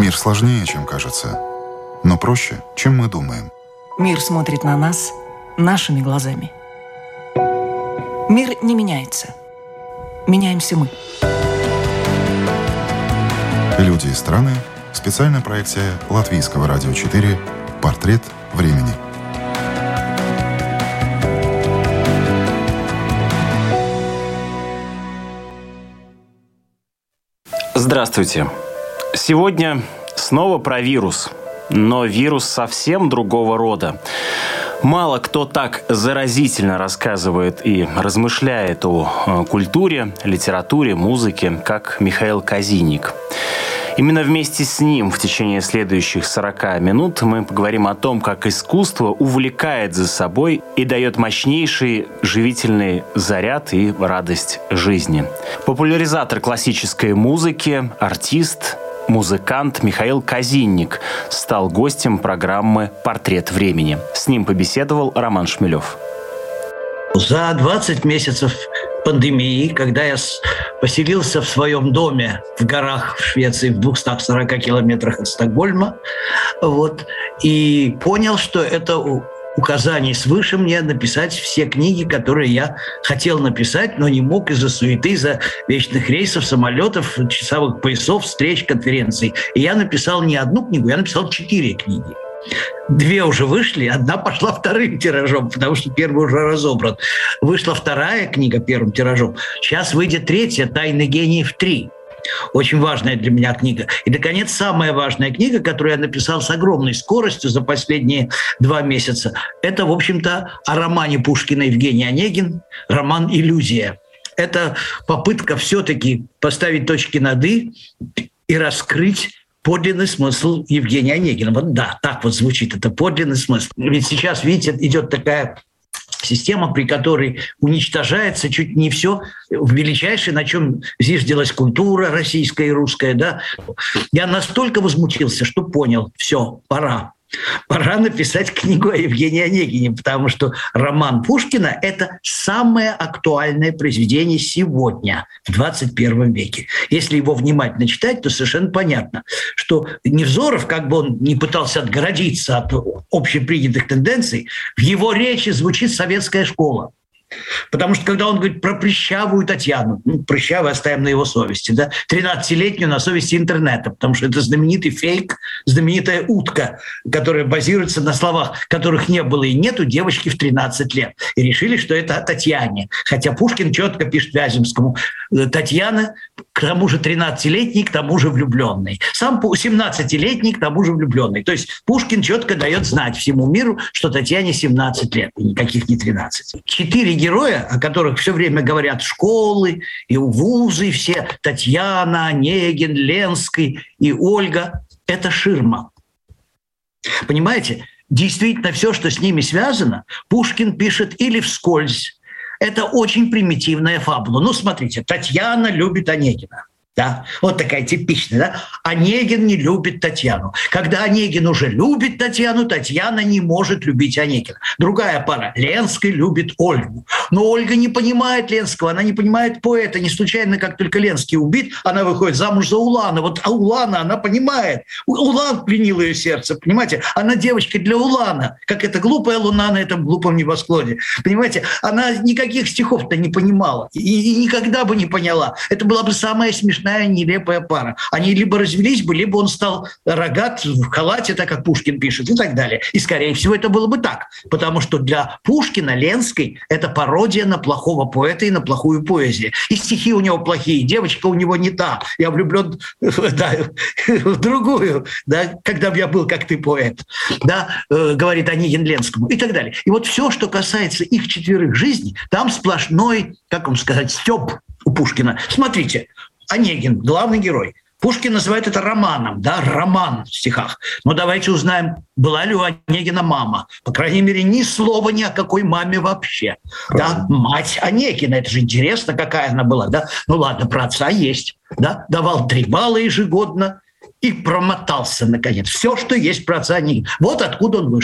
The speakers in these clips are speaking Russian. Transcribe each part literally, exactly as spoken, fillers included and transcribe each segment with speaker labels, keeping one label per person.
Speaker 1: Мир сложнее, чем кажется, но проще, чем мы думаем.
Speaker 2: Мир смотрит на нас нашими глазами. Мир не меняется. Меняемся мы.
Speaker 1: Люди и страны. Специальная проекция Латвийского радио четыре «Портрет времени».
Speaker 3: Здравствуйте. Сегодня снова про вирус, но вирус совсем другого рода. Мало кто так заразительно рассказывает и размышляет о культуре, литературе, музыке, как Михаил Казинник. Именно вместе с ним в течение следующих сорока минут мы поговорим о том, как искусство увлекает за собой и дает мощнейший живительный заряд и радость жизни. Популяризатор классической музыки, артист, музыкант Михаил Казинник стал гостем программы «Портрет времени». С ним побеседовал Роман Шмелев.
Speaker 4: За двадцать месяцев пандемии, когда я поселился в своем доме в горах в Швеции в двухстах сорока километрах от Стокгольма, вот, и понял, что это указание свыше мне написать все книги, которые я хотел написать, но не мог из-за суеты, из-за вечных рейсов, самолетов, часовых поясов, встреч, конференций. И я написал не одну книгу, я написал четыре книги. Две уже вышли, одна пошла вторым тиражом, потому что первый уже разобран. Вышла вторая книга первым тиражом. Сейчас выйдет третья «Тайны гениев три». Очень важная для меня книга. И, наконец, самая важная книга, которую я написал с огромной скоростью за последние два месяца, это, в общем-то, о романе Пушкина Евгений Онегин, роман «Иллюзия». Это попытка все-таки поставить точки над «и» и раскрыть подлинный смысл Евгения Онегина. Вот да, так вот звучит, это подлинный смысл. Ведь сейчас, видите, идет такая система, при которой уничтожается чуть не все величайшее, на чем зиждилась культура российская и русская. Да? Я настолько возмутился, что понял, все, пора. Пора написать книгу о Евгении Онегине, потому что роман Пушкина – это самое актуальное произведение сегодня, в двадцать первом веке. Если его внимательно читать, то совершенно понятно, что Невзоров, как бы он ни пытался отгородиться от общепринятых тенденций, в его речи звучит советская школа. Потому что когда он говорит про прыщавую Татьяну, ну, прыщавую оставим на его совести, да, тринадцатилетнюю на совести интернета, потому что это знаменитый фейк, знаменитая утка, которая базируется на словах, которых не было и нету девочки в тринадцать лет. И решили, что это о Татьяне. Хотя Пушкин четко пишет Вяземскому: Татьяна, к тому же тринадцатилетний, к тому же влюбленный. Сам семнадцатилетний, к тому же влюбленный. То есть Пушкин четко дает знать всему миру, что Татьяне семнадцать лет, и никаких не тринадцать. Четыре героя, о которых все время говорят школы и вузы все, Татьяна, Онегин, Ленский и Ольга, это ширма. Понимаете? Действительно, все, что с ними связано, Пушкин пишет или вскользь. Это очень примитивная фабула. Ну, смотрите, Татьяна любит Онегина. Да? Вот такая типичная. Да? Онегин не любит Татьяну. Когда Онегин уже любит Татьяну, Татьяна не может любить Онегина. Другая пара. Ленский любит Ольгу. Но Ольга не понимает Ленского, она не понимает поэта. Не случайно, как только Ленский убит, она выходит замуж за Улана. Вот а Улана она понимает. Улан пленил ее сердце, понимаете? Она девочка для Улана. Как эта глупая луна на этом глупом небосклоне. Понимаете? Она никаких стихов-то не понимала. И, и никогда бы не поняла. Это была бы самая смешная, нелепая пара. Они либо развелись бы, либо он стал рогат в халате, так как Пушкин пишет, и так далее. И, скорее всего, это было бы так. Потому что для Пушкина Ленский – это пародия на плохого поэта и на плохую поэзию. И стихи у него плохие, девочка у него не та. Я влюблен да, в другую, да, когда бы я был, как ты, поэт. Да, э, говорит Онегин Ленскому и так далее. И вот все, что касается их четверых жизней, там сплошной, как вам сказать, стёб у Пушкина. Смотрите, Онегин, главный герой. Пушкин называет это романом, да, роман в стихах. Но давайте узнаем, была ли у Онегина мама. По крайней мере, ни слова ни о какой маме вообще. Да, мать Онегина, это же интересно, какая она была, да. Ну ладно, про отца есть, да, давал три балла ежегодно и промотался, наконец. Все, что есть про отца Онегина. Вот откуда он вышел.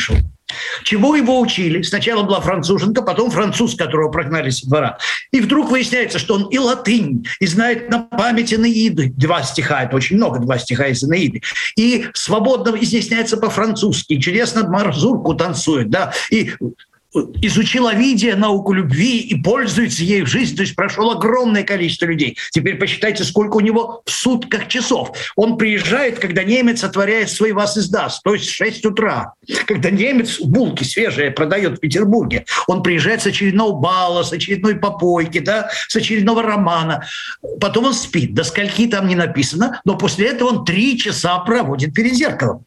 Speaker 4: Чего его учили? Сначала была француженка, потом француз, которого прогнали со двора. И вдруг выясняется, что он и латынь, и знает на память Энеиды. Два стиха, это очень много, два стиха из Энеиды. И свободно изъясняется по-французски, и чудесно мазурку танцует, да, и изучил Овидия, науку любви и пользуется ей в жизни. То есть прошел огромное количество людей. Теперь посчитайте, сколько у него в сутках часов. Он приезжает, когда немец отворяет свой «Вас издаст», то есть в шесть утра. Когда немец булки свежие продает в Петербурге. Он приезжает с очередного бала, с очередной попойки, да, с очередного романа. Потом он спит. До скольки там не написано, но после этого он три часа проводит перед зеркалом.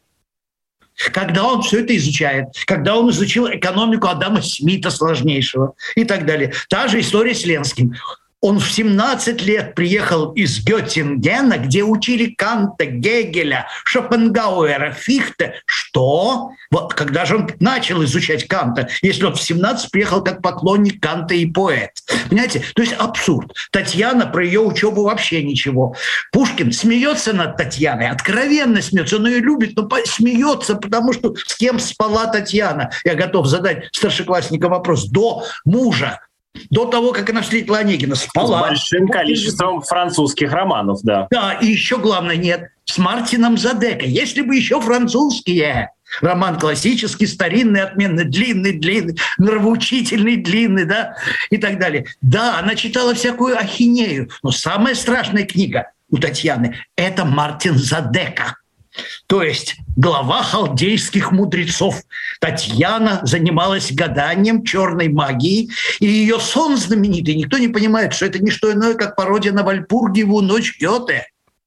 Speaker 4: Когда он все это изучает, когда он изучил экономику Адама Смита сложнейшего и так далее. Та же история с Ленским. Он в семнадцать лет приехал из Геттингена, где учили Канта, Гегеля, Шопенгауэра, Фихте. Что? Вот когда же он начал изучать Канта, если он в семнадцать приехал как поклонник Канта и поэт? Понимаете? То есть абсурд. Татьяна, про ее учебу вообще ничего. Пушкин смеется над Татьяной, откровенно смеется. Он ее любит, но смеется, потому что с кем спала Татьяна? Я готов задать старшеклассникам вопрос. До мужа. До того, как она встретила Онегина, спала.
Speaker 3: С большим количеством французских романов, да.
Speaker 4: Да, и еще главное, нет, с Мартином Задекой. Если бы еще французские. Роман классический, старинный, отменный, длинный, длинный, нравоучительный, длинный, да, и так далее. Да, она читала всякую ахинею, но самая страшная книга у Татьяны – это Мартин Задека. То есть глава халдейских мудрецов. Татьяна занималась гаданием, черной магией, и ее сон знаменитый. Никто не понимает, что это не что иное, как пародия на Вальпургиеву «Ночь Гёте».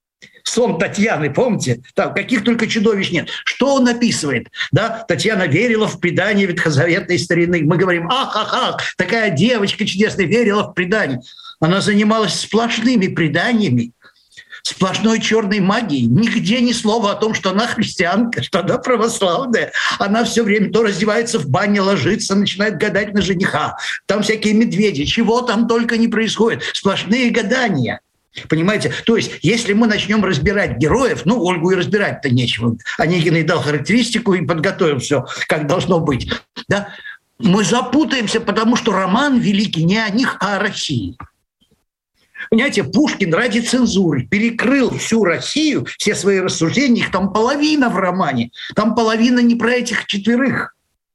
Speaker 4: Сон Татьяны, помните? Там каких только чудовищ нет. Что он описывает? Да? Татьяна верила в предание ветхозаветной старины. Мы говорим, ах, ах, ах, такая девочка чудесная верила в предание. Она занималась сплошными преданиями, сплошной черной магией. Нигде ни слова о том, что она христианка, что она православная. Она все время то раздевается в бане, ложится, начинает гадать на жениха. Там всякие медведи. Чего там только не происходит. Сплошные гадания. Понимаете? То есть, если мы начнем разбирать героев, ну, Ольгу и разбирать-то нечего. Онегин ей дал характеристику и подготовил все, как должно быть. Да? Мы запутаемся, потому что роман великий не о них, а о России. Понимаете, Пушкин ради цензуры перекрыл всю Россию, все свои рассуждения, их там половина в романе, там половина не про этих четверых.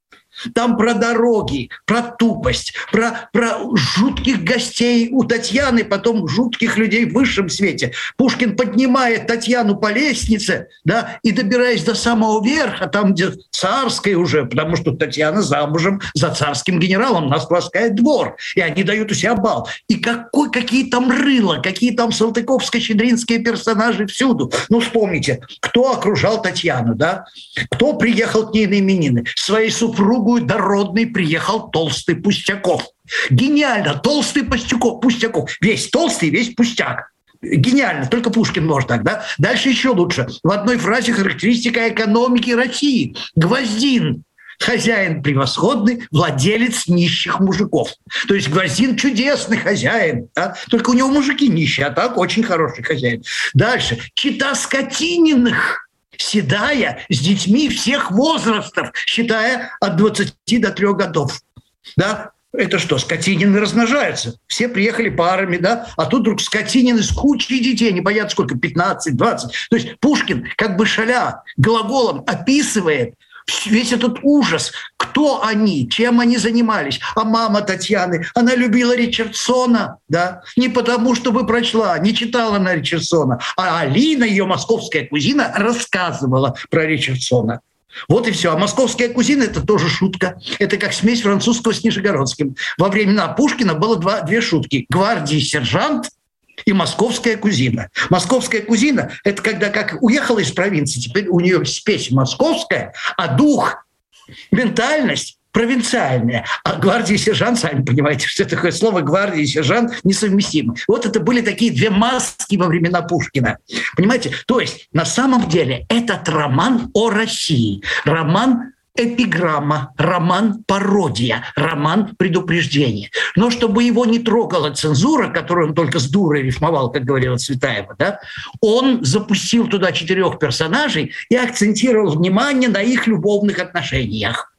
Speaker 4: Там про дороги, про тупость, про, про жутких гостей у Татьяны, потом жутких людей в высшем свете. Пушкин поднимает Татьяну по лестнице, да, и добираясь до самого верха, там, где царская уже, потому что Татьяна замужем за царским генералом, нас ласкает двор, и они дают у себя бал. И какой, какие там рыла, какие там салтыковско-щедринские персонажи всюду. Ну, вспомните, кто окружал Татьяну, да? Кто приехал к ней на именины? Своей супругу дородный приехал толстый Пустяков. Гениально, толстый Пустяков, Пустяков. Весь толстый, весь пустяк. Гениально, только Пушкин может так, да? Дальше еще лучше. В одной фразе характеристика экономики России. Гвоздин. Хозяин превосходный, владелец нищих мужиков. То есть Гвоздин чудесный хозяин. Да? Только у него мужики нищие, а так очень хороший хозяин. Дальше. Чета Скотининых. Седая, с детьми всех возрастов, считая от двадцати до трёх годов. Да? Это что, скотинины размножаются? Все приехали парами, да? А тут вдруг скотинины с кучей детей, не понятно сколько, пятнадцать, двадцать. То есть Пушкин, как бы шаля, глаголом описывает весь этот ужас. Кто они, чем они занимались. А мама Татьяны, она любила Ричардсона, да? Не потому, чтобы прочла, не читала она Ричардсона, а Алина, ее московская кузина, рассказывала про Ричардсона. Вот и все. А московская кузина – это тоже шутка. Это как смесь французского с нижегородским. Во времена Пушкина было два, две шутки. Гвардии сержант и московская кузина. Московская кузина – это когда как уехала из провинции, теперь у нее спесь московская, а дух, ментальность провинциальная. А гвардия и сержант, сами понимаете, что такое слово гвардия и сержант несовместимы. Вот это были такие две маски во времена Пушкина. Понимаете? То есть на самом деле этот роман о России, роман эпиграмма, роман-пародия, роман предупреждения. Но чтобы его не трогала цензура, которую он только с дурой рифмовал, как говорила Цветаева, да, он запустил туда четырех персонажей и акцентировал внимание на их любовных отношениях.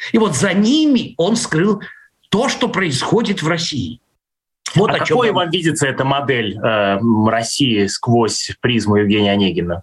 Speaker 4: И вот за ними он скрыл то, что происходит в России. Вот
Speaker 3: а какой вам видится эта модель э, России сквозь призму Евгения Онегина?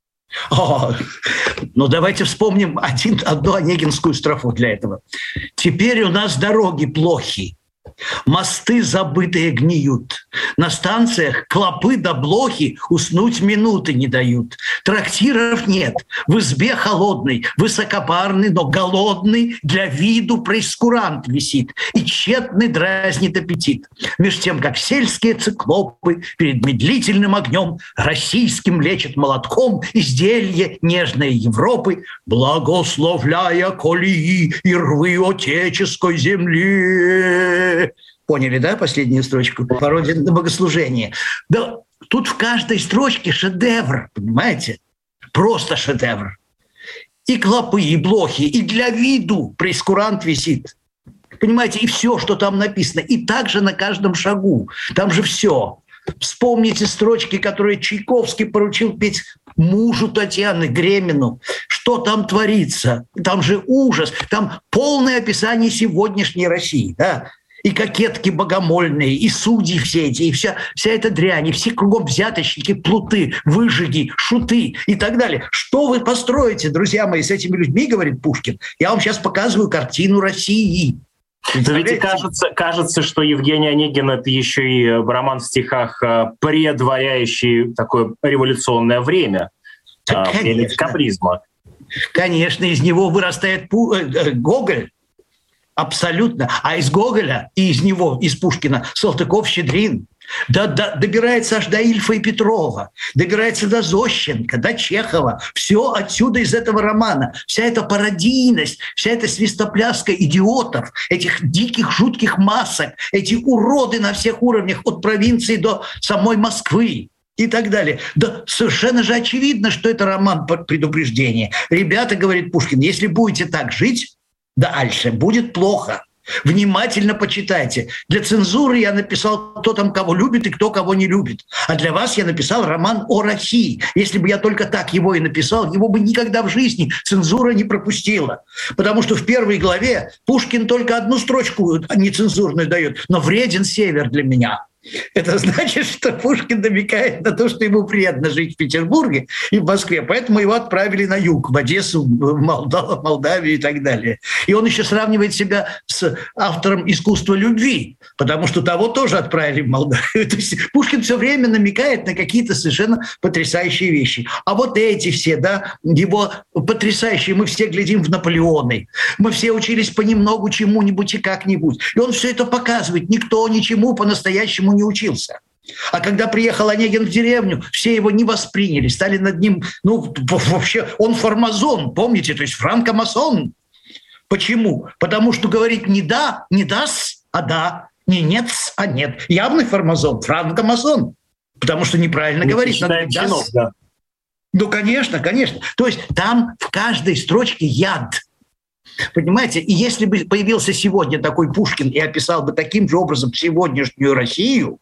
Speaker 4: О, ну давайте вспомним один, одну онегинскую строфу для этого. «Теперь у нас дороги плохи, мосты забытые гниют. На станциях клопы да блохи уснуть минуты не дают. Трактиров нет, в избе холодный, высокопарный, но голодный, для виду прейскурант висит, и тщетный дразнит аппетит. Меж тем, как сельские циклопы перед медлительным огнем российским лечат молотком изделие нежной Европы, благословляя колеи и рвы отеческой земли». Поняли, да, последнюю строчку? Пародия на богослужение. Да, тут в каждой строчке шедевр, понимаете? Просто шедевр. И клопы, и блохи, и для виду прейскурант висит. Понимаете, и все, что там написано. И также на каждом шагу. Там же все. Вспомните строчки, которые Чайковский поручил петь мужу Татьяны Гремину. Что там творится? Там же ужас. Там полное описание сегодняшней России, да? И кокетки богомольные, и судьи все эти, и вся, вся эта дрянь, и все кругом взяточники, плуты, выжиги, шуты и так далее. Что вы построите, друзья мои, с этими людьми, говорит Пушкин? Я вам сейчас показываю картину России.
Speaker 3: Но ведь кажется, кажется, что Евгений Онегин — это еще и роман в стихах, предваряющий такое революционное время,
Speaker 4: да,
Speaker 3: время декабризма.
Speaker 4: Конечно, из него вырастает Пу- э, Гоголь. Абсолютно. А из Гоголя и из него, из Пушкина, Салтыков-Щедрин, да, да, добирается аж до Ильфа и Петрова, добирается до Зощенко, до Чехова. Все отсюда, из этого романа. Вся эта пародийность, вся эта свистопляска идиотов, этих диких, жутких масок, эти уроды на всех уровнях, от провинции до самой Москвы и так далее. Да совершенно же очевидно, что это роман предупреждения. Ребята, говорит Пушкин, если будете так жить дальше, будет плохо. Внимательно почитайте. Для цензуры я написал, кто там кого любит и кто кого не любит. А для вас я написал роман о России. Если бы я только так его и написал, его бы никогда в жизни цензура не пропустила. Потому что в первой главе Пушкин только одну строчку нецензурную дает. Но вреден север для меня. Это значит, что Пушкин намекает на то, что ему приятно жить в Петербурге и в Москве. Поэтому его отправили на юг, в Одессу, в Молдавию, Молдавию и так далее. И он еще сравнивает себя с автором «Искусства любви», потому что того тоже отправили в Молдавию. То есть Пушкин все время намекает на какие-то совершенно потрясающие вещи. А вот эти все, да, его потрясающие, мы все глядим в Наполеоны, мы все учились понемногу чему-нибудь и как-нибудь. И он все это показывает. Никто ничему по-настоящему не учился. А когда приехал Онегин в деревню, все его не восприняли, стали над ним, ну, вообще, он формазон, помните, то есть франкомасон. Почему? Потому что говорить не да, не дас, а да, не нет, а нет. Явный формазон, франкомасон. Потому что неправильно ну, говорить. Надо чинов, да. Ну, конечно, конечно. То есть там в каждой строчке яд. Понимаете, и если бы появился сегодня такой Пушкин и описал бы таким же образом сегодняшнюю Россию,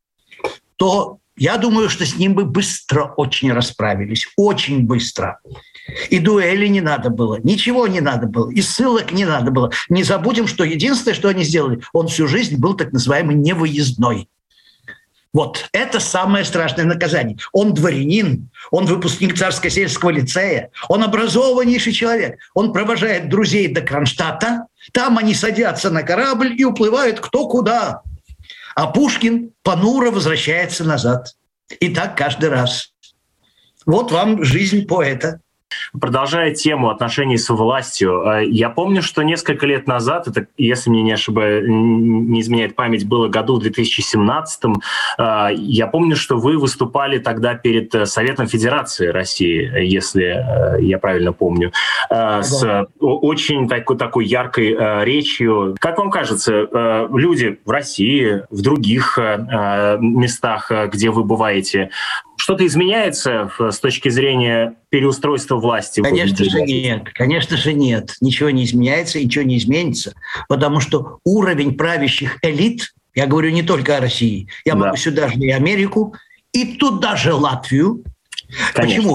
Speaker 4: то я думаю, что с ним бы быстро очень расправились, очень быстро. И дуэли не надо было, ничего не надо было, и ссылок не надо было. Не забудем, что единственное, что они сделали, он всю жизнь был так называемый невыездной. Вот это самое страшное наказание. Он дворянин, он выпускник Царско-сельского лицея, он образованнейший человек. Он провожает друзей до Кронштадта, там они садятся на корабль и уплывают кто куда. А Пушкин понуро возвращается назад. И так каждый раз. Вот вам жизнь поэта.
Speaker 3: Продолжая тему отношений с властью, я помню, что несколько лет назад, это, если мне не ошибаюсь, не изменяет память, было году в две тысячи семнадцатом, я помню, что вы выступали тогда перед Советом Федерации России, если я правильно помню, да. С очень такой, такой яркой речью. Как вам кажется, люди в России, в других местах, где вы бываете, что-то изменяется с точки зрения переустройства власти?
Speaker 4: Конечно же нет. Конечно же нет. Ничего не изменяется, ничего не изменится. Потому что уровень правящих элит, я говорю не только о России, я да. могу сюда же и Америку, и туда же Латвию. Конечно. Почему? Я,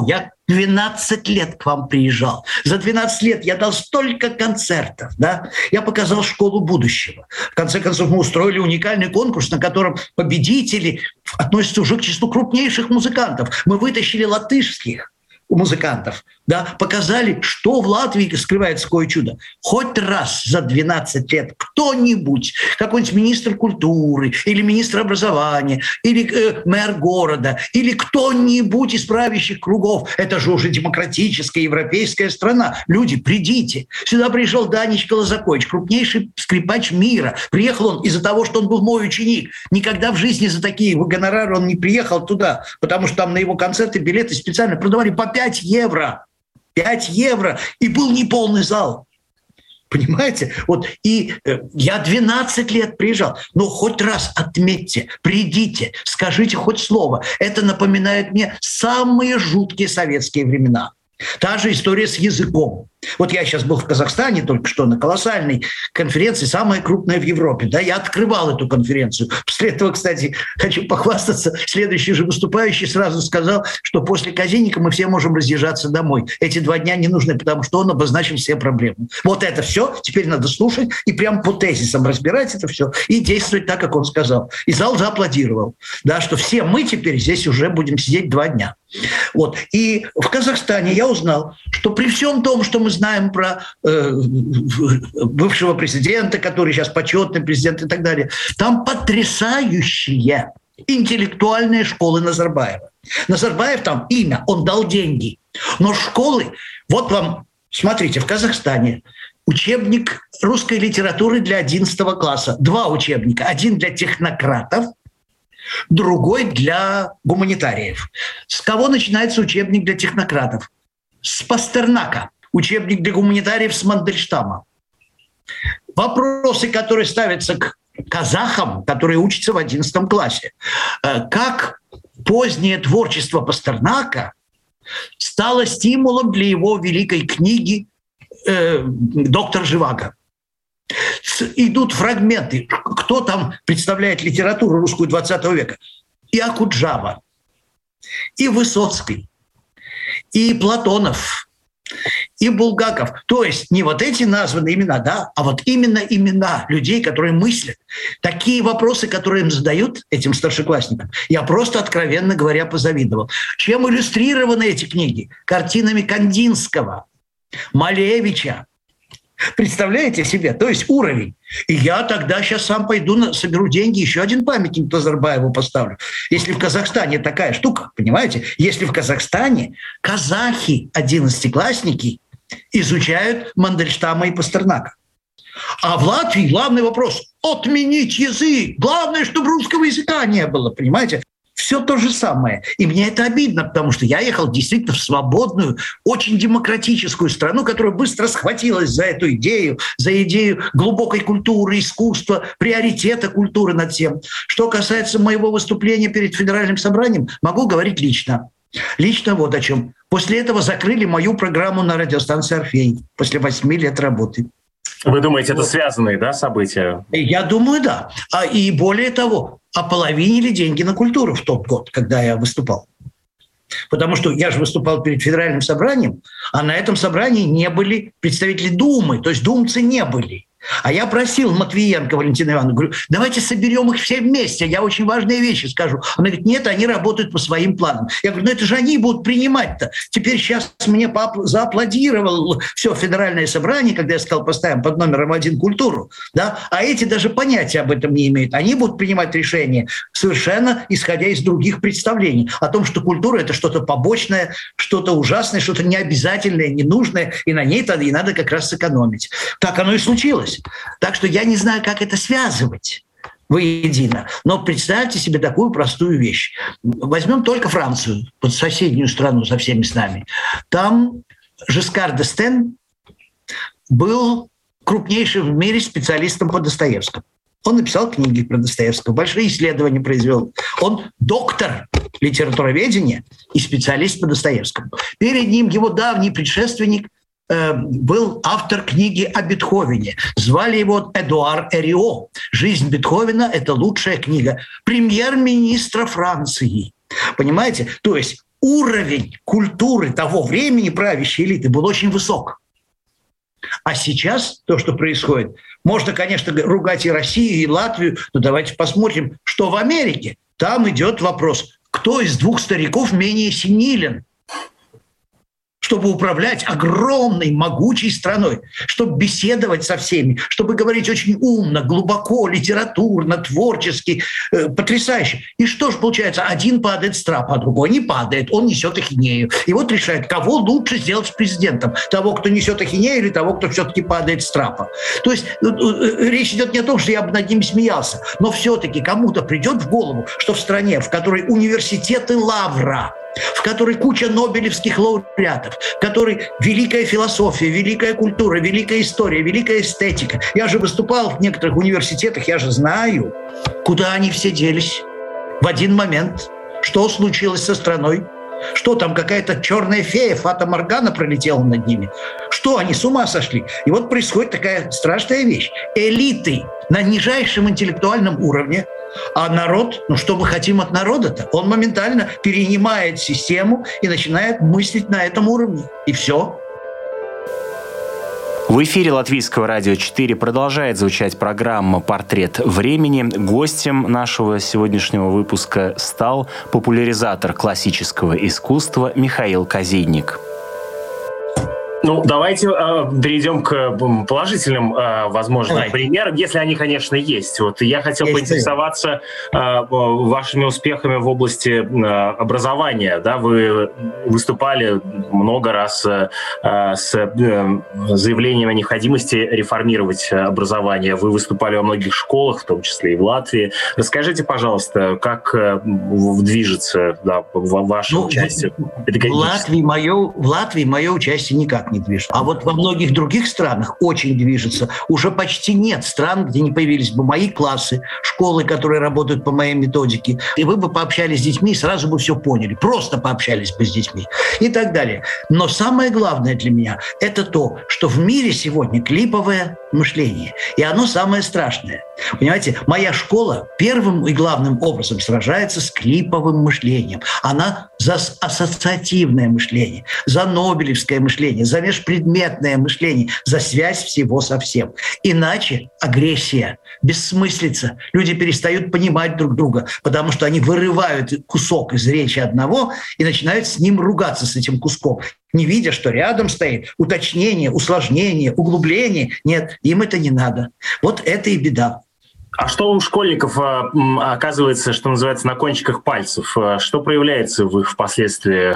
Speaker 4: двенадцать лет к вам приезжал. За двенадцать лет я дал столько концертов, да? Я показал школу будущего. В конце концов, мы устроили уникальный конкурс, на котором победители относятся уже к числу крупнейших музыкантов. Мы вытащили латышских музыкантов, да, показали, что в Латвии скрывается такое чудо. Хоть раз за двенадцать лет кто-нибудь, какой-нибудь министр культуры или министр образования, или э, мэр города, или кто-нибудь из правящих кругов, это же уже демократическая европейская страна. Люди, придите. Сюда приезжал Данечка Лозакович, крупнейший скрипач мира. Приехал он из-за того, что он был мой ученик. Никогда в жизни за такие гонорары он не приехал туда, потому что там на его концерты билеты специально продавали по пять евро. пять евро. И был неполный зал. Понимаете? Вот. И э, я двенадцать лет приезжал. Но хоть раз отметьте, придите, скажите хоть слово. Это напоминает мне самые жуткие советские времена. Та же история с языком. Вот я сейчас был в Казахстане только что на колоссальной конференции, самая крупная в Европе. Да, я открывал эту конференцию. После этого, кстати, хочу похвастаться, следующий же выступающий сразу сказал, что после Казинника мы все можем разъезжаться домой. Эти два дня не нужны, потому что он обозначил все проблемы. Вот это все теперь надо слушать и прям по тезисам разбирать это все и действовать так, как он сказал. И зал зааплодировал, да, что все мы теперь здесь уже будем сидеть два дня. Вот. И в Казахстане я узнал, что при всем том, что мы знаем про э, бывшего президента, который сейчас почетный президент и так далее, там потрясающие интеллектуальные школы Назарбаева. Назарбаев там имя, он дал деньги. Но школы, вот вам, смотрите, в Казахстане учебник русской литературы для одиннадцатого класса. Два учебника. Один для технократов, другой для гуманитариев. С кого начинается учебник для технократов? С Пастернака. Учебник для гуманитариев с Мандельштама. Вопросы, которые ставятся к казахам, которые учатся в одиннадцатом классе. Как позднее творчество Пастернака стало стимулом для его великой книги э, «Доктор Живаго». Идут фрагменты. Кто там представляет литературу русскую двадцатого века? И Акуджава, и Высоцкий, и Платонов, и Булгаков. То есть не вот эти названные имена, да, а вот именно имена людей, которые мыслят. Такие вопросы, которые им задают, этим старшеклассникам, я просто, откровенно говоря, позавидовал. Чем иллюстрированы эти книги? Картинами Кандинского, Малевича. Представляете себе? То есть уровень. И я тогда сейчас сам пойду, на, соберу деньги, еще один памятник Назарбаеву поставлю. Если в Казахстане такая штука, понимаете? Если в Казахстане казахи, одиннадцатиклассники, изучают Мандельштама и Пастернака. А в Латвии главный вопрос – отменить язык. Главное, чтобы русского языка не было, понимаете? Все то же самое. И мне это обидно, потому что я ехал действительно в свободную, очень демократическую страну, которая быстро схватилась за эту идею, за идею глубокой культуры, искусства, приоритета культуры над всем. Что касается моего выступления перед Федеральным собранием, могу говорить лично. Лично вот о чем. После этого закрыли мою программу на радиостанции «Орфей» после восьми лет работы.
Speaker 3: Вы думаете, это связанные, да, события?
Speaker 4: Я думаю, да. А, и более того, ополовинили деньги на культуру в тот год, когда я выступал. Потому что я же выступал перед Федеральным собранием, а на этом собрании не были представители Думы, то есть думцы не были. А я просил Матвиенко Валентина Ивановна, говорю, давайте соберем их все вместе, я очень важные вещи скажу. Она говорит, нет, они работают по своим планам. Я говорю, ну это же они будут принимать-то. Теперь сейчас мне зааплодировал все Федеральное собрание, когда я сказал, поставим под номером один культуру, да? А эти даже понятия об этом не имеют. Они будут принимать решения совершенно исходя из других представлений о том, что культура – это что-то побочное, что-то ужасное, что-то необязательное, ненужное, и на ней тогда и надо как раз сэкономить. Так оно и случилось. Так что я не знаю, как это связывать воедино. Но представьте себе такую простую вещь. Возьмем только Францию, вот соседнюю страну со всеми с нами. Там Жискар д'Эстен был крупнейшим в мире специалистом по Достоевскому. Он написал книги про Достоевского, большие исследования произвел. Он доктор литературоведения и специалист по Достоевскому. Перед ним его давний предшественник был автор книги о Бетховене. Звали его Эдуар Эрио. «Жизнь Бетховена» — это лучшая книга премьер-министра Франции. Понимаете? То есть уровень культуры того времени правящей элиты был очень высок. А сейчас то, что происходит, можно, конечно, ругать и Россию, и Латвию, но давайте посмотрим, что в Америке. Там идет вопрос, кто из двух стариков менее сенилен, чтобы управлять огромной, могучей страной, чтобы беседовать со всеми, чтобы говорить очень умно, глубоко, литературно, творчески, э, потрясающе. И что же получается? Один падает с трапа, а другой не падает, он несет ахинею. И вот решает, кого лучше сделать президентом. Того, кто несет ахинею, или того, кто все-таки падает с трапа. То есть э, э, речь идет не о том, что я бы над ним смеялся, но все-таки кому-то придет в голову, что в стране, в которой университеты лавра, в которой куча нобелевских лауреатов, в которой великая философия, великая культура, великая история, великая эстетика. Я же выступал в некоторых университетах, я же знаю, куда они все делись в один момент. Что случилось со страной? Что там, какая-то черная фея, Фата Моргана пролетела над ними? Что, они с ума сошли? И вот происходит такая страшная вещь. Элиты на нижайшем интеллектуальном уровне, а народ, ну что мы хотим от народа-то? Он моментально перенимает систему и начинает мыслить на этом уровне. И все.
Speaker 3: В эфире Латвийского радио четыре продолжает звучать программа «Портрет времени». Гостем нашего сегодняшнего выпуска стал популяризатор классического искусства Михаил Казейник.
Speaker 5: Ну, давайте э, перейдем к положительным э, возможным
Speaker 4: Давай.
Speaker 5: примерам, если они, конечно, есть. Вот я хотел
Speaker 4: Есть,
Speaker 5: поинтересоваться э, вашими успехами в области э, образования. Да, вы выступали много раз э, с э, заявлением о необходимости реформировать образование. Вы выступали во многих школах, в том числе и в Латвии. Расскажите, пожалуйста, как э, движется да, ваше
Speaker 4: ну,
Speaker 5: участие?
Speaker 4: В Латвии, мое, в Латвии мое участие никак не движется. А вот во многих других странах очень движется. Уже почти нет стран, где не появились бы мои классы, школы, которые работают по моей методике. И вы бы пообщались с детьми, и сразу бы все поняли. Просто пообщались бы с детьми. И так далее. Но самое главное для меня – это то, что в мире сегодня клиповое мышление. И оно самое страшное. Понимаете, моя школа первым и главным образом сражается с клиповым мышлением. Она за ассоциативное мышление, за нобелевское мышление, за межпредметное мышление, за связь всего со всем. Иначе агрессия, бессмыслица. Люди перестают понимать друг друга, потому что они вырывают кусок из речи одного и начинают с ним ругаться, с этим куском, не видя, что рядом стоит уточнение, усложнение, углубление. Нет, им это не надо. Вот это и беда.
Speaker 5: А что у школьников оказывается, что называется, на кончиках пальцев? Что проявляется в их впоследствии,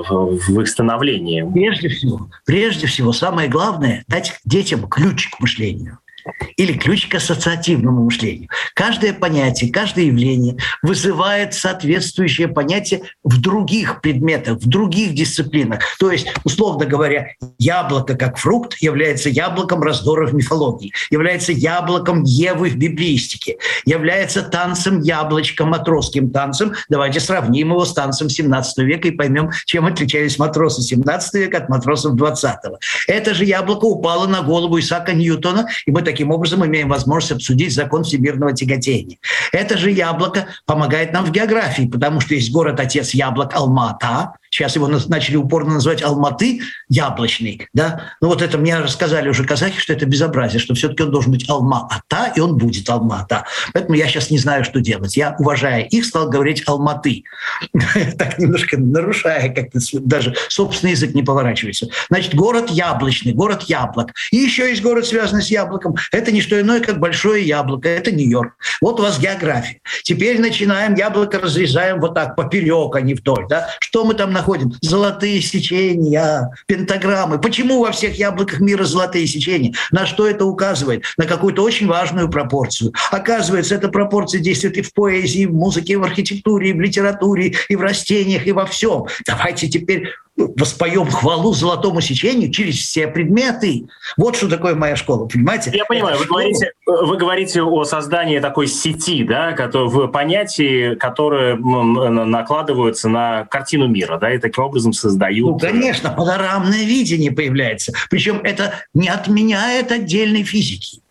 Speaker 5: в их становлении?
Speaker 4: Прежде всего, прежде всего, самое главное – дать детям ключ к мышлению. Или ключ к ассоциативному мышлению. Каждое понятие, каждое явление вызывает соответствующее понятие в других предметах, в других дисциплинах. То есть, условно говоря, яблоко как фрукт является яблоком раздора в мифологии, является яблоком Евы в библеистике, является танцем яблочко, матросским танцем. Давайте сравним его с танцем семнадцатого века и поймем, чем отличались матросы семнадцатого века от матросов двадцатого. Это же яблоко упало на голову Исаака Ньютона, и мы таким образом имеем возможность обсудить закон всемирного тяготения. Это же яблоко помогает нам в географии, потому что есть город-отец яблок Алма-Ата. Сейчас его начали упорно называть Алматы яблочный. Да? Ну вот это мне рассказали уже казахи, что это безобразие, что все-таки он должен быть Алма-Ата, и он будет Алма-Ата. Поэтому я сейчас не знаю, что делать. Я, уважая их, стал говорить Алматы. Так немножко нарушая, как-то даже собственный язык не поворачивается. Значит, город яблочный, город яблок. И еще есть город, связанный с яблоком. Это не что иное, как большое яблоко. Это Нью-Йорк. Вот у вас география. Теперь начинаем, яблоко разрезаем вот так, поперек, а не вдоль. Да? Что мы там находим? Золотые сечения, пентаграммы. Почему во всех яблоках мира золотые сечения? На что это указывает? На какую-то очень важную пропорцию. Оказывается, эта пропорция действует и в поэзии, и в музыке, и в архитектуре, и в литературе, и в растениях, и во всем. Давайте теперь воспоем хвалу золотому сечению через все предметы. Вот что такое моя школа, понимаете?
Speaker 5: Я понимаю, вы говорите, вы говорите о создании такой сети, да, в понятии, которые ну, накладываются на картину мира, да, и таким образом создают...
Speaker 4: Ну, конечно, панорамное видение появляется. Причем это не отменяет отдельной физики.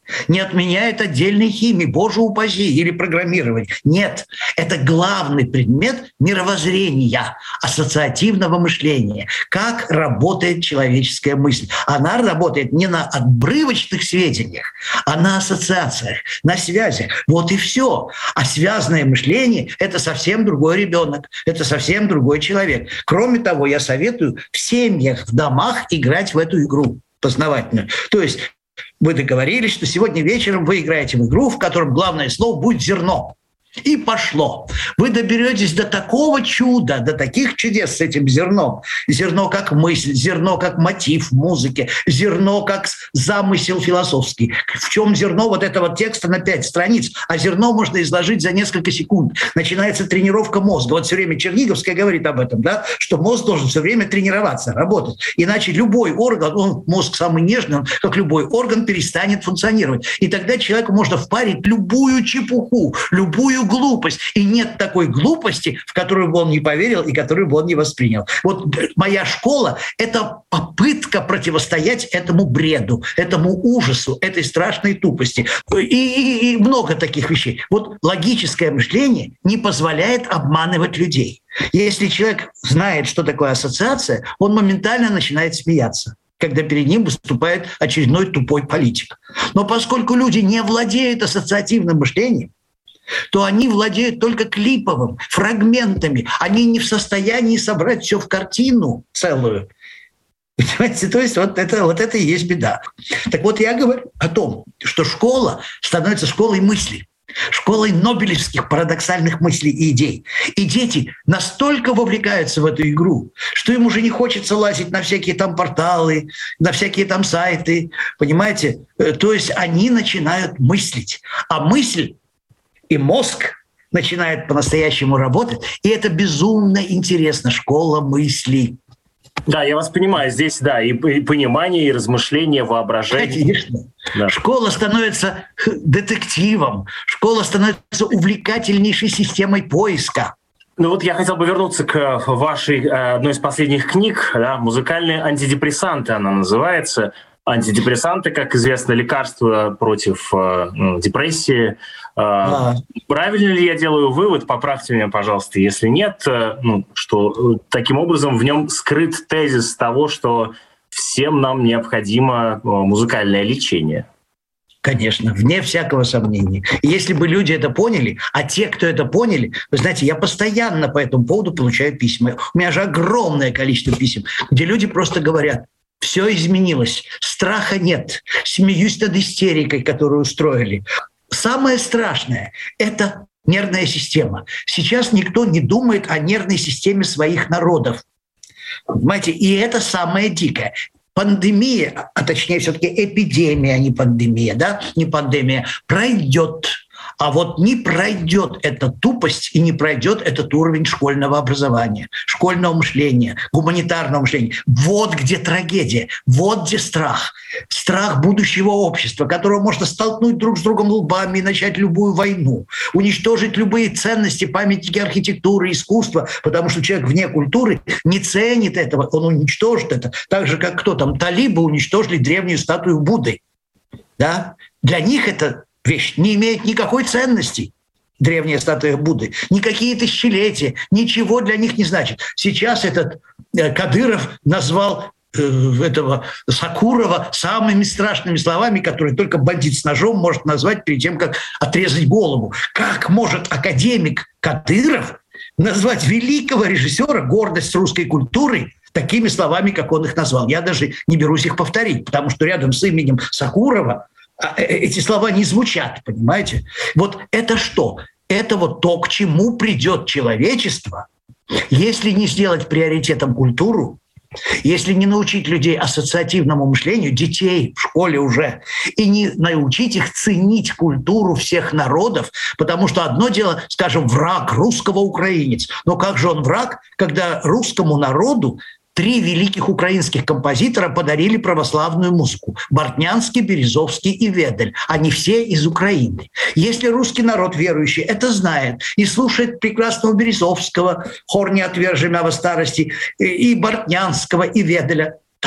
Speaker 4: не отменяет отдельной химии, боже упаси, или программирование. Нет, это главный предмет мировоззрения, ассоциативного мышления. Как работает человеческая мысль. Она работает не на обрывочных сведениях, а на ассоциациях, на связях. Вот и все. А связанное мышление – это совсем другой ребенок, это совсем другой человек. Кроме того, я советую в семьях, в домах играть в эту игру познавательную. То есть вы договорились, что сегодня вечером вы играете в игру, в котором главное слово будет «зерно». И пошло. Вы доберетесь до такого чуда, до таких чудес с этим зерном. Зерно как мысль, зерно как мотив музыки, зерно как замысел философский. В чем зерно вот этого текста на пять страниц? А зерно можно изложить за несколько секунд. Начинается тренировка мозга. Вот все время Черниговская говорит об этом, да, что мозг должен все время тренироваться, работать. Иначе любой орган, он, мозг самый нежный, он, как любой орган, перестанет функционировать. И тогда человеку можно впарить любую чепуху, любую глупость. И нет такой глупости, в которую бы он не поверил и которую бы он не воспринял. Вот моя школа – это попытка противостоять этому бреду, этому ужасу, этой страшной тупости. И, и, и много таких вещей. Вот логическое мышление не позволяет обманывать людей. Если человек знает, что такое ассоциация, он моментально начинает смеяться, когда перед ним выступает очередной тупой политик. Но поскольку люди не владеют ассоциативным мышлением, то они владеют только клиповым, фрагментами. Они не в состоянии собрать все в картину целую. Понимаете? То есть вот это, вот это и есть беда. Так вот я говорю о том, что школа становится школой мысли, школой нобелевских парадоксальных мыслей и идей. И дети настолько вовлекаются в эту игру, что им уже не хочется лазить на всякие там порталы, на всякие там сайты. Понимаете? То есть они начинают мыслить. А мысль и мозг начинает по-настоящему работать. И это безумно интересно. Школа мыслей.
Speaker 5: Да, я вас понимаю. Здесь, да, и понимание, и размышление, воображение.
Speaker 4: Конечно. Да. Школа становится детективом. Школа становится увлекательнейшей системой поиска.
Speaker 5: Ну вот я хотел бы вернуться к вашей одной из последних книг, да, «Музыкальные антидепрессанты» она называется. Антидепрессанты, как известно, лекарства против э, депрессии. А. Правильно ли я делаю вывод, поправьте меня, пожалуйста, если нет, э, ну, что таким образом в нем скрыт тезис того, что всем нам необходимо э, музыкальное лечение?
Speaker 4: Конечно, вне всякого сомнения. И если бы люди это поняли, а те, кто это поняли, вы знаете, я постоянно по этому поводу получаю письма. У меня же огромное количество писем, где люди просто говорят: все изменилось, страха нет, смеюсь над истерикой, которую устроили. Самое страшное – это нервная система. Сейчас никто не думает о нервной системе своих народов. Понимаете, и это самое дикое. Пандемия, а точнее все-таки эпидемия, а не пандемия, да, не пандемия, пройдет. А вот не пройдет эта тупость и не пройдет этот уровень школьного образования, школьного мышления, гуманитарного мышления. Вот где трагедия, вот где страх. Страх будущего общества, которого можно столкнуть друг с другом лбами и начать любую войну, уничтожить любые ценности, памятники архитектуры, искусства, потому что человек вне культуры не ценит этого, он уничтожит это. Так же, как кто там, талибы уничтожили древнюю статую Будды. Да? Для них это вещь не имеет никакой ценности, древняя статуя Будды. Никакие тысячелетия, ничего для них не значит. Сейчас этот Кадыров назвал э, этого Сакурова самыми страшными словами, которые только бандит с ножом может назвать перед тем, как отрезать голову. Как может академик Кадыров назвать великого режиссера, гордость русской культуры, такими словами, как он их назвал? Я даже не берусь их повторить, потому что рядом с именем Сакурова эти слова не звучат, понимаете? Вот это что? Это вот то, к чему придет человечество, если не сделать приоритетом культуру, если не научить людей ассоциативному мышлению, детей в школе уже, и не научить их ценить культуру всех народов, потому что одно дело, скажем, враг русского украинец, но как же он враг, когда русскому народу три великих украинских композитора подарили православную музыку – Бортнянский, Березовский и Ведель. Они все из Украины. Если русский народ верующий это знает и слушает прекрасного Березовского, хор «Не отвержи мя во старости», и Бортнянского, и Веделя,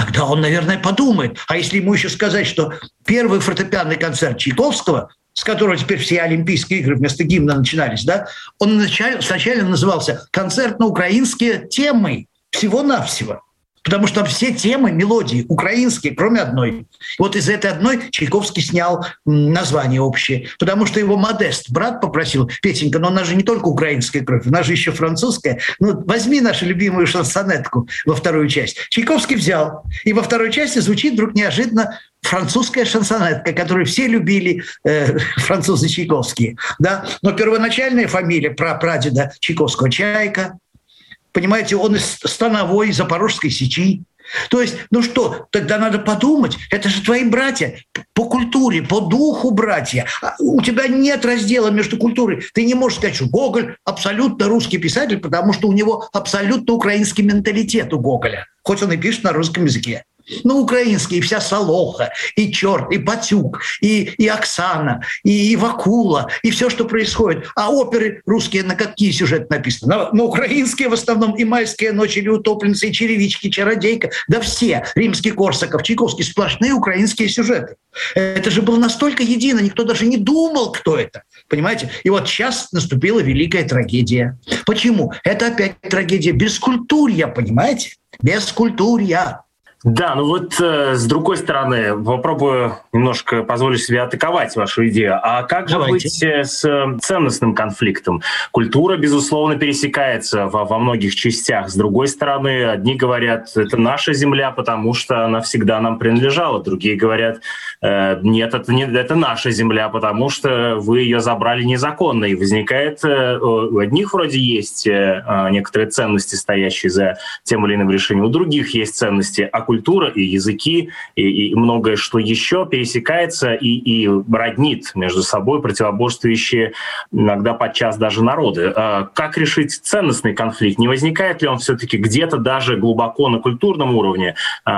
Speaker 4: тогда он, наверное, подумает. А если ему еще сказать, что первый фортепианный концерт Чайковского, с которого теперь все Олимпийские игры вместо гимна начинались, да, он вначале, сначала назывался «Концерт на украинские темы», всего-навсего. Потому что все темы, мелодии украинские, кроме одной. Вот из этой одной Чайковский снял название общее. Потому что его Модест, брат, попросил: Петенька, но у нас же не только украинская кровь, у нас же еще французская. Ну, возьми нашу любимую шансонетку во вторую часть. Чайковский взял. И во второй части звучит вдруг неожиданно французская шансонетка, которую все любили, э, французы чайковские. Да? Но первоначальная фамилия прапрадеда Чайковского — Чайка. Понимаете, он из Становой, Запорожской Сечи. То есть, ну что, тогда надо подумать, это же твои братья по культуре, по духу братья. У тебя нет раздела между культурой. Ты не можешь сказать, что Гоголь абсолютно русский писатель, потому что у него абсолютно украинский менталитет у Гоголя, хоть он и пишет на русском языке. Ну, украинский, и вся Солоха, и Черт, и Батюк, и, и Оксана, и, и Вакула, и все, что происходит. А оперы русские на какие сюжеты написаны? На, на украинские в основном: и «Майская ночь», или «Утопленница», и «Черевички», «Чародейка». Да все. Римский Корсаков, Чайковский — сплошные украинские сюжеты. Это же было настолько едино, никто даже не думал, кто это. Понимаете? И вот сейчас наступила великая трагедия. Почему? Это опять трагедия бескультурья, понимаете? Бескультурья.
Speaker 5: Да, ну вот э, с другой стороны, попробую немножко позволить себе атаковать вашу идею. А как же
Speaker 4: Давайте.
Speaker 5: быть с ценностным конфликтом? Культура, безусловно, пересекается во, во многих частях. С другой стороны, одни говорят, это наша земля, потому что она всегда нам принадлежала. Другие говорят, э, нет, это, не, это наша земля, потому что вы ее забрали незаконно. И возникает, э, у одних вроде есть э, некоторые ценности, стоящие за тем или иным решением, у других есть ценности, а культура и языки, и, и многое что еще пересекается и, и роднит между собой противоборствующие иногда подчас даже народы. Как решить ценностный конфликт? Не возникает ли он все-таки где-то даже глубоко на культурном уровне,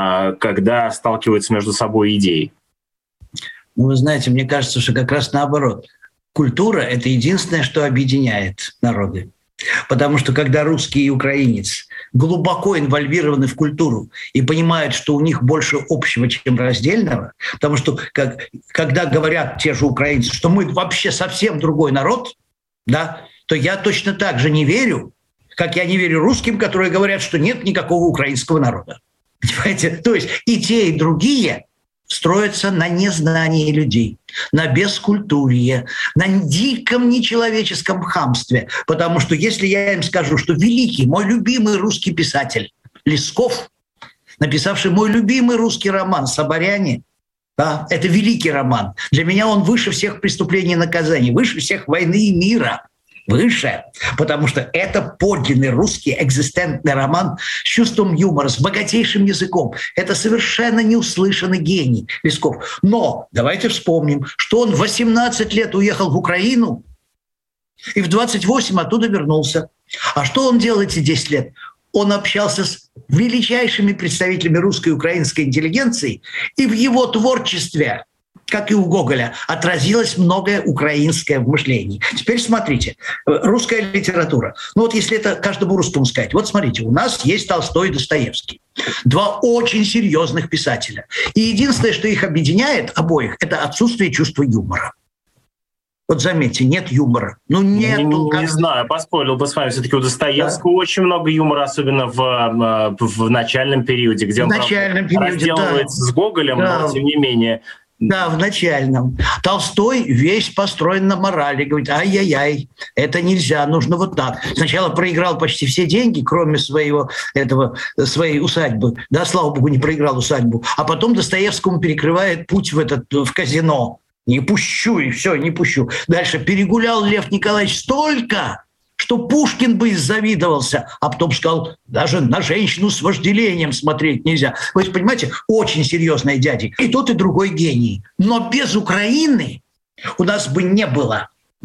Speaker 5: когда сталкиваются между собой идеи?
Speaker 4: Ну, вы знаете, мне кажется, что как раз наоборот. Культура — это единственное, что объединяет народы. Потому что когда русский и украинец глубоко инвольвированы в культуру и понимают, что у них больше общего, чем раздельного, потому что как, когда говорят те же украинцы, что мы вообще совсем другой народ, да, то я точно так же не верю, как я не верю русским, которые говорят, что нет никакого украинского народа. Понимаете? То есть и те, и другие строятся на незнании людей, на бескультурье, на диком нечеловеческом хамстве. Потому что если я им скажу, что великий, мой любимый русский писатель Лесков, написавший мой любимый русский роман «Соборяне», да, это великий роман. Для меня он выше всех преступлений и наказаний, выше всех войны и мира. Выше, потому что это подлинный русский экзистентный роман с чувством юмора, с богатейшим языком. Это совершенно неуслышанный гений Лесков. Но давайте вспомним, что он в восемнадцать лет уехал в Украину и в двадцать восемь оттуда вернулся. А что он делал эти десять лет? Он общался с величайшими представителями русской и украинской интеллигенции, и в его творчестве, как и у Гоголя, отразилось многое украинское в мышлении. Теперь смотрите, русская литература. Ну вот если это каждому русскому сказать. Вот смотрите, у нас есть Толстой и Достоевский. Два очень серьезных писателя. И единственное, что их объединяет обоих, это отсутствие чувства юмора. Вот заметьте, нет юмора. Ну, нет.
Speaker 5: Не, как... не знаю, поспорил бы с вами. Все-таки у Достоевского да. очень много юмора, особенно в, в начальном периоде, где в он начальном периоде, разделывается да. с Гоголем, да. но тем не менее...
Speaker 4: Да, в начальном. Толстой весь построен на морали. Говорит, ай-яй-яй, это нельзя, нужно вот так. Сначала проиграл почти все деньги, кроме своего, этого, своей усадьбы. Да, слава богу, не проиграл усадьбу. А потом Достоевскому перекрывает путь в, этот, в казино. Не пущу, и все, не пущу. Дальше перегулял Лев Николаевич столько, что Пушкин бы завидовался, а потом сказал, даже на женщину с вожделением смотреть нельзя. Вы понимаете, очень серьезные дяди. И тот, и другой гений. Но без Украины у нас бы не было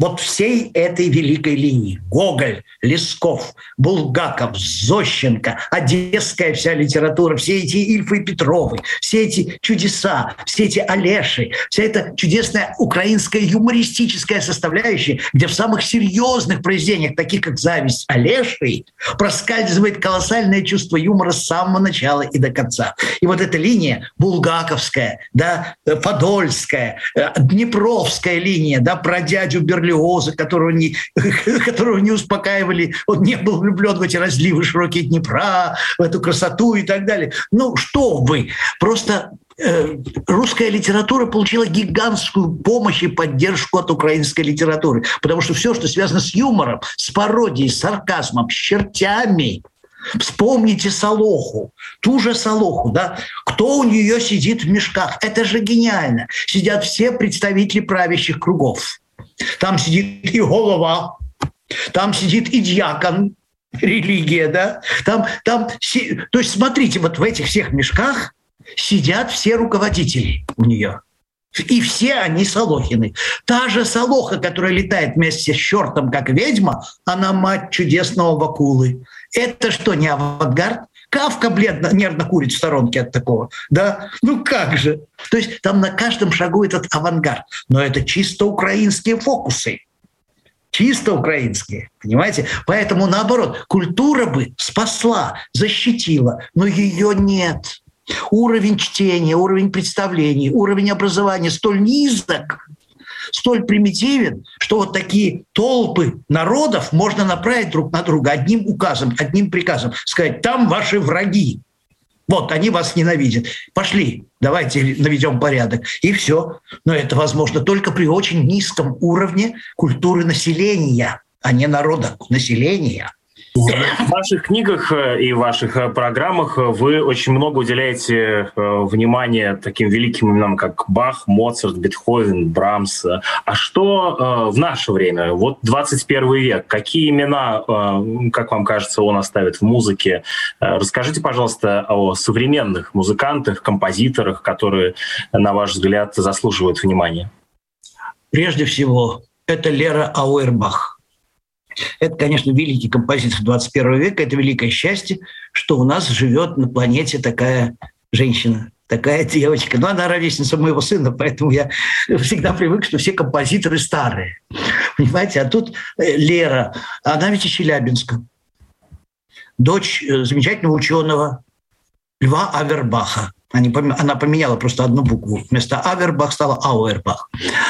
Speaker 4: вот всей этой великой линии. Гоголь, Лесков, Булгаков, Зощенко, одесская вся литература, все эти Ильфы и Петровы, все эти чудеса, все эти Олеши, вся эта чудесная украинская юмористическая составляющая, где в самых серьезных произведениях, таких как «Зависть Олеши», проскальзывает колоссальное чувство юмора с самого начала и до конца. И вот эта линия булгаковская, да, подольская, днепровская линия, да, про дядю Берлиоза, которого не, которого не успокаивали, он не был влюблен в эти разливы широкие Днепра, в эту красоту и так далее. Ну, что вы, просто э, русская литература получила гигантскую помощь и поддержку от украинской литературы, потому что все, что связано с юмором, с пародией, с сарказмом, с чертями. Вспомните Солоху, ту же Солоху, да? Кто у нее сидит в мешках? Это же гениально. Сидят все представители правящих кругов. Там сидит и голова, там сидит и дьякон, религия, да? Там, там, то есть смотрите, вот в этих всех мешках сидят все руководители у нее. И все они Солохины. Та же Солоха, которая летает вместе с чертом, как ведьма, она мать чудесного Вакулы. Это что, не авангард? Кафка бледно, нервно курит в сторонке от такого. Да? Ну как же? То есть там на каждом шагу этот авангард. Но это чисто украинские фокусы. Чисто украинские, понимаете? Поэтому, наоборот, культура бы спасла, защитила, но ее нет. Уровень чтения, уровень представлений, уровень образования столь низок, столь примитивен, что вот такие толпы народов можно направить друг на друга одним указом, одним приказом. Сказать, там ваши враги. Вот, они вас ненавидят. Пошли, давайте наведем порядок. И все. Но это возможно только при очень низком уровне культуры населения, а не народа, населения.
Speaker 5: В ваших книгах и в ваших программах вы очень много уделяете внимания таким великим именам, как Бах, Моцарт, Бетховен, Брамс. А что в наше время, вот двадцать первый век, какие имена, как вам кажется, он оставит в музыке? Расскажите, пожалуйста, о современных музыкантах, композиторах, которые, на ваш взгляд, заслуживают внимания.
Speaker 4: Прежде всего, это Лера Ауэрбах. Это, конечно, великий композитор двадцать первого века. Это великое счастье, что у нас живет на планете такая женщина, такая девочка. Ну, она ровесница моего сына, поэтому я всегда привык, что все композиторы старые. Понимаете? А тут Лера, она ведь из Челябинска. Дочь замечательного ученого Льва Авербаха. Она поменяла просто одну букву. Вместо Авербах стала Ауэрбах.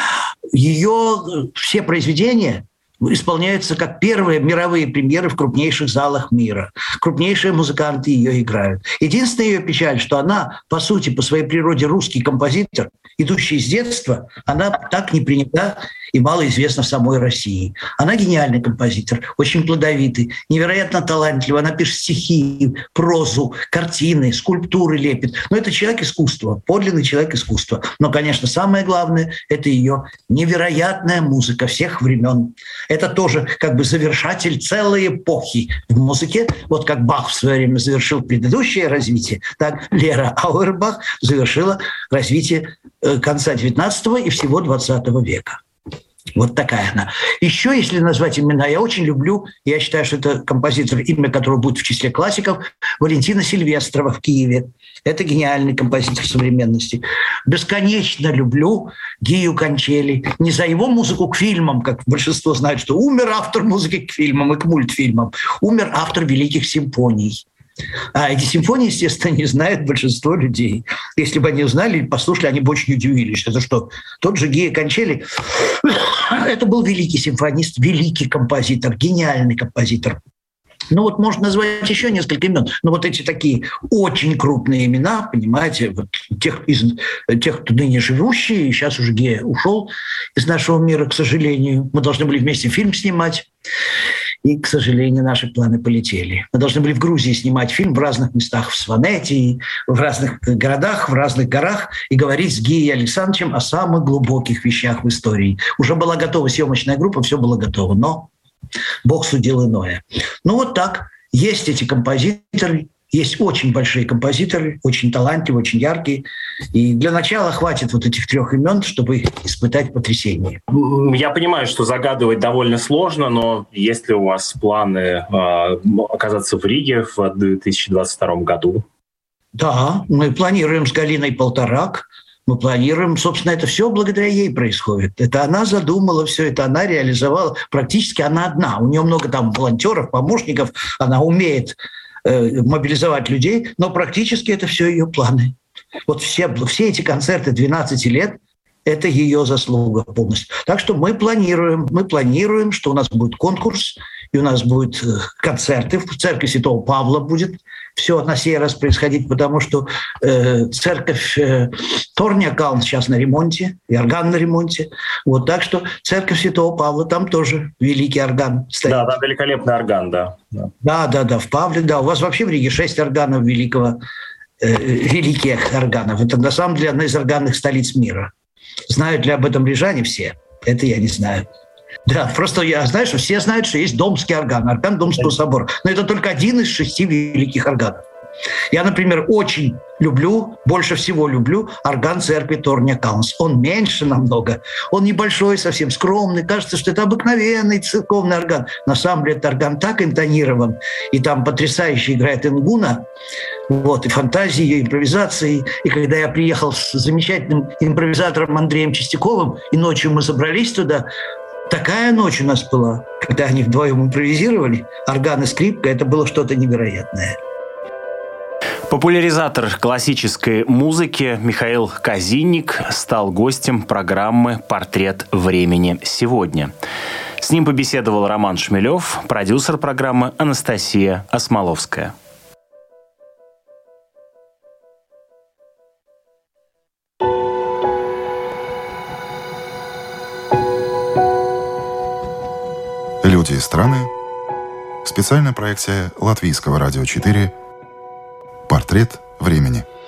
Speaker 4: Ее все произведения исполняются как первые мировые премьеры в крупнейших залах мира. Крупнейшие музыканты ее играют. Единственная ее печаль, что она, по сути, по своей природе русский композитор, идущий с детства, она так не принята и мало известна в самой России. Она гениальный композитор, очень плодовитый, невероятно талантливый. Она пишет стихи, прозу, картины, скульптуры лепит. Но это человек искусства, подлинный человек искусства. Но, конечно, самое главное – это ее невероятная музыка всех времен. Это тоже как бы завершатель целой эпохи в музыке. Вот как Бах в свое время завершил предыдущее развитие, так Лера Ауэрбах завершила развитие конца девятнадцатого и всего двадцатого века. Вот такая она. Еще, если назвать имена, я очень люблю, я считаю, что это композитор, имя которого будет в числе классиков, Валентина Сильвестрова в Киеве. Это гениальный композитор современности. Бесконечно люблю Гию Кончели. Не за его музыку к фильмам, как большинство знают, что умер автор музыки к фильмам и к мультфильмам. Умер автор великих симфоний. А эти симфонии, естественно, не знает большинство людей. Если бы они узнали или послушали, они бы очень удивились. Это что? Тот же Гия Кончели, это был великий симфонист, великий композитор, гениальный композитор. Ну вот можно назвать еще несколько имен. Но вот эти такие очень крупные имена, понимаете, вот тех, из, тех, кто ныне живущие, сейчас уже Гея ушел из нашего мира, к сожалению. Мы должны были вместе фильм снимать. И, к сожалению, наши планы полетели. Мы должны были в Грузии снимать фильм в разных местах, в Сванетии, в разных городах, в разных горах, и говорить с Гией Александровичем о самых глубоких вещах в истории. Уже была готова съемочная группа, все было готово, но Бог судил иное. Ну вот так. Есть эти композиторы, Есть очень большие композиторы, очень талантливые, очень яркие. И для начала хватит вот этих трех имен, чтобы испытать потрясение.
Speaker 5: Я понимаю, что загадывать довольно сложно, но есть ли у вас планы э, оказаться в Риге в две тысячи двадцать втором году?
Speaker 4: Да, мы планируем с Галиной Полторак. Мы планируем, собственно, это все благодаря ей происходит. Это она задумала все, это она реализовала. Практически она одна. У нее много там волонтеров, помощников. Она умеет э, мобилизовать людей, но практически это все ее планы. Вот все, все эти концерты двенадцати лет – это ее заслуга полностью. Так что мы планируем, мы планируем, что у нас будет конкурс, и у нас будут концерты. В церкви Святого Павла будет все на сей раз происходить, потому что э, церковь э, Торня-Каун сейчас на ремонте, и орган на ремонте. Вот, так что церковь Святого Павла, там тоже великий орган стоит.
Speaker 5: Да, да, великолепный орган, да.
Speaker 4: Да, да, да, в Павле, да. У вас вообще в Риге шесть органов великого, э, великих органов. Это на самом деле одна из органных столиц мира. Знают ли об этом рижане все? Это я не знаю. Да, просто я знаю, что все знают, что есть домский орган, орган Домского собора. Но это только один из шести великих органов. Я, например, очень люблю, больше всего люблю орган церкви Торня-Каунс. Он меньше намного, он небольшой совсем, скромный. Кажется, что это обыкновенный церковный орган. На самом деле этот орган так интонирован, и там потрясающе играет ингуна, вот, и фантазии, и импровизации. И когда я приехал с замечательным импровизатором Андреем Чистяковым, и ночью мы собрались туда, такая ночь у нас была, когда они вдвоем импровизировали, орган и скрипка, это было что-то невероятное.
Speaker 3: Популяризатор классической музыки Михаил Казинник стал гостем программы «Портрет времени» сегодня. С ним побеседовал Роман Шмелев, продюсер программы Анастасия Осмоловская.
Speaker 1: «Люди и страны». Специальная проекция Латвийского радио четыре «Портрет времени».